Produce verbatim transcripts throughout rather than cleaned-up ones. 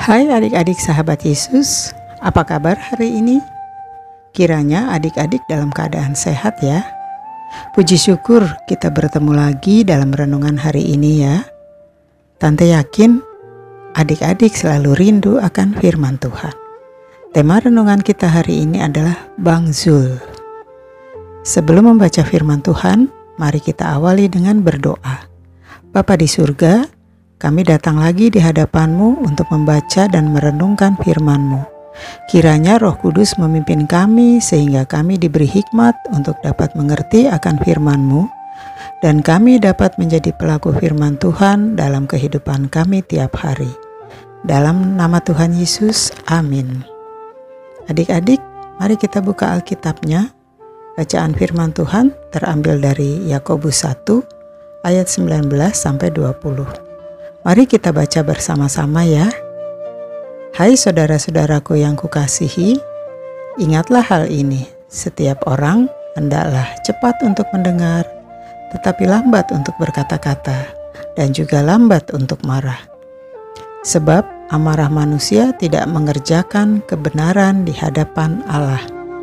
Hai adik-adik sahabat Yesus, apa kabar hari ini? Kiranya adik-adik dalam keadaan sehat ya. Puji syukur kita bertemu lagi dalam renungan hari ini ya. Tante yakin adik-adik selalu rindu akan firman Tuhan. Tema renungan kita hari ini adalah Bang Zul. Sebelum membaca firman Tuhan, mari kita awali dengan berdoa. Bapa di surga, kami datang lagi di hadapan-Mu untuk membaca dan merenungkan firman-Mu. Kiranya Roh Kudus memimpin kami sehingga kami diberi hikmat untuk dapat mengerti akan firman-Mu dan kami dapat menjadi pelaku firman Tuhan dalam kehidupan kami tiap hari. Dalam nama Tuhan Yesus, amin. Adik-adik, mari kita buka Alkitabnya. Bacaan firman Tuhan terambil dari Yakobus satu ayat sembilan belas sampai dua puluh. Mari kita baca bersama-sama ya. Hai saudara-saudaraku yang kukasihi, ingatlah hal ini. Setiap orang hendaklah cepat untuk mendengar, tetapi lambat untuk berkata-kata, dan juga lambat untuk marah. Sebab amarah manusia tidak mengerjakan kebenaran di hadapan Allah.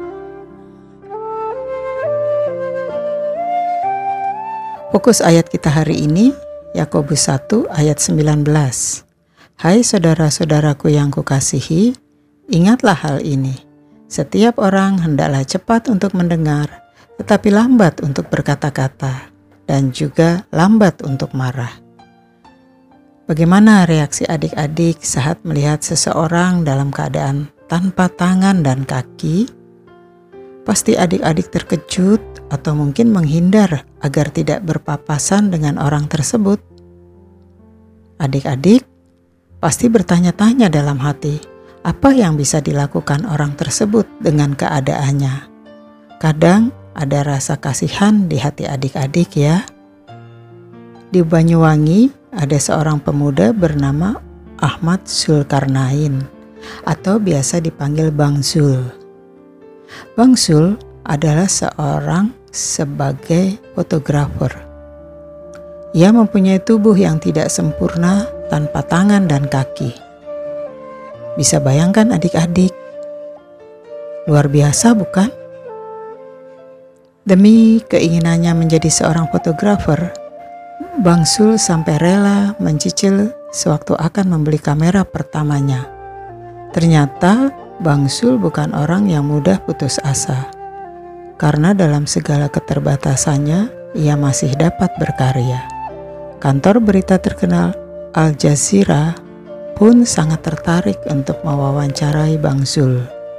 Fokus ayat kita hari ini, Yakobus satu ayat sembilan belas. Hai saudara-saudaraku yang kukasihi, ingatlah hal ini. Setiap orang hendaklah cepat untuk mendengar, tetapi lambat untuk berkata-kata, dan juga lambat untuk marah. Bagaimana reaksi adik-adik saat melihat seseorang dalam keadaan tanpa tangan dan kaki? Pasti adik-adik terkejut atau mungkin menghindar agar tidak berpapasan dengan orang tersebut. Adik-adik pasti bertanya-tanya dalam hati, apa yang bisa dilakukan orang tersebut dengan keadaannya? Kadang ada rasa kasihan di hati adik-adik ya. Di Banyuwangi ada seorang pemuda bernama Ahmad Zulkarnain atau biasa dipanggil Bang Zul. Bang Zul adalah seorang sebagai fotografer. Ia mempunyai tubuh yang tidak sempurna tanpa tangan dan kaki. Bisa bayangkan adik-adik, luar biasa bukan? Demi keinginannya menjadi seorang fotografer, Bang Zul sampai rela mencicil sewaktu akan membeli kamera pertamanya. Ternyata Bang Zul bukan orang yang mudah putus asa. Karena dalam segala keterbatasannya, ia masih dapat berkarya. Kantor berita terkenal Al Jazeera pun sangat tertarik untuk mewawancarai Bang Zul.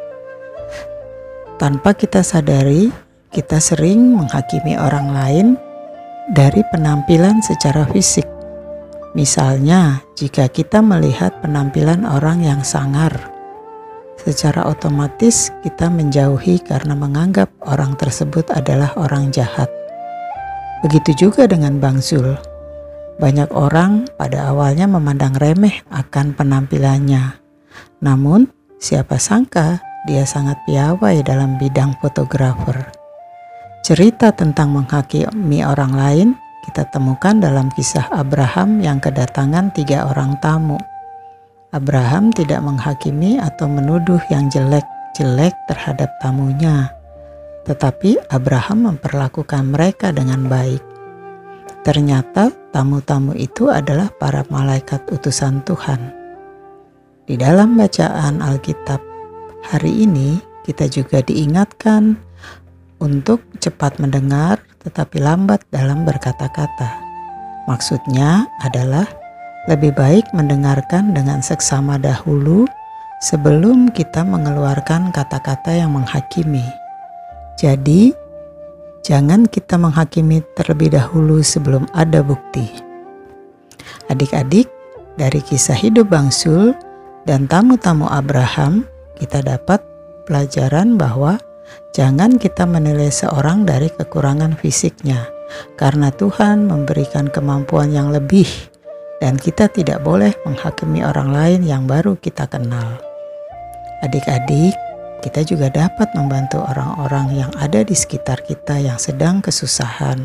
Tanpa kita sadari, kita sering menghakimi orang lain dari penampilan secara fisik. Misalnya, jika kita melihat penampilan orang yang sangar, secara otomatis kita menjauhi karena menganggap orang tersebut adalah orang jahat. Begitu juga dengan Bang Zul. Banyak orang pada awalnya memandang remeh akan penampilannya. Namun, siapa sangka dia sangat piawai dalam bidang fotografer. Cerita tentang menghakimi orang lain kita temukan dalam kisah Abraham yang kedatangan tiga orang tamu. Abraham tidak menghakimi atau menuduh yang jelek-jelek terhadap tamunya, tetapi Abraham memperlakukan mereka dengan baik. Ternyata tamu-tamu itu adalah para malaikat utusan Tuhan. Di dalam bacaan Alkitab hari ini, kita juga diingatkan untuk cepat mendengar tetapi lambat dalam berkata-kata. Maksudnya adalah lebih baik mendengarkan dengan seksama dahulu sebelum kita mengeluarkan kata-kata yang menghakimi. Jadi, jangan kita menghakimi terlebih dahulu sebelum ada bukti. Adik-adik, dari kisah hidup Bang Zul dan tamu-tamu Abraham, kita dapat pelajaran bahwa jangan kita menilai seorang dari kekurangan fisiknya, karena Tuhan memberikan kemampuan yang lebih. Dan kita tidak boleh menghakimi orang lain yang baru kita kenal. Adik-adik, kita juga dapat membantu orang-orang yang ada di sekitar kita yang sedang kesusahan.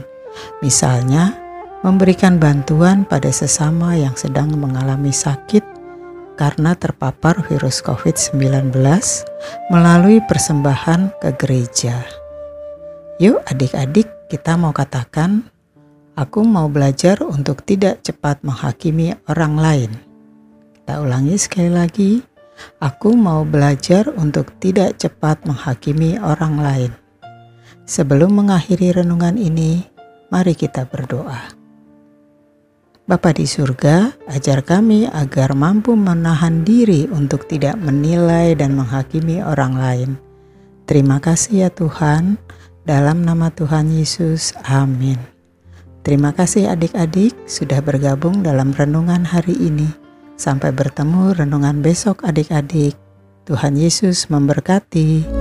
Misalnya, memberikan bantuan pada sesama yang sedang mengalami sakit karena terpapar virus covid sembilan belas melalui persembahan ke gereja. Yuk adik-adik, kita mau katakan, aku mau belajar untuk tidak cepat menghakimi orang lain. Kita ulangi sekali lagi, aku mau belajar untuk tidak cepat menghakimi orang lain. Sebelum mengakhiri renungan ini, mari kita berdoa. Bapa di surga, ajar kami agar mampu menahan diri untuk tidak menilai dan menghakimi orang lain. Terima kasih ya Tuhan, dalam nama Tuhan Yesus, amin. Terima kasih adik-adik sudah bergabung dalam renungan hari ini. Sampai bertemu renungan besok adik-adik. Tuhan Yesus memberkati.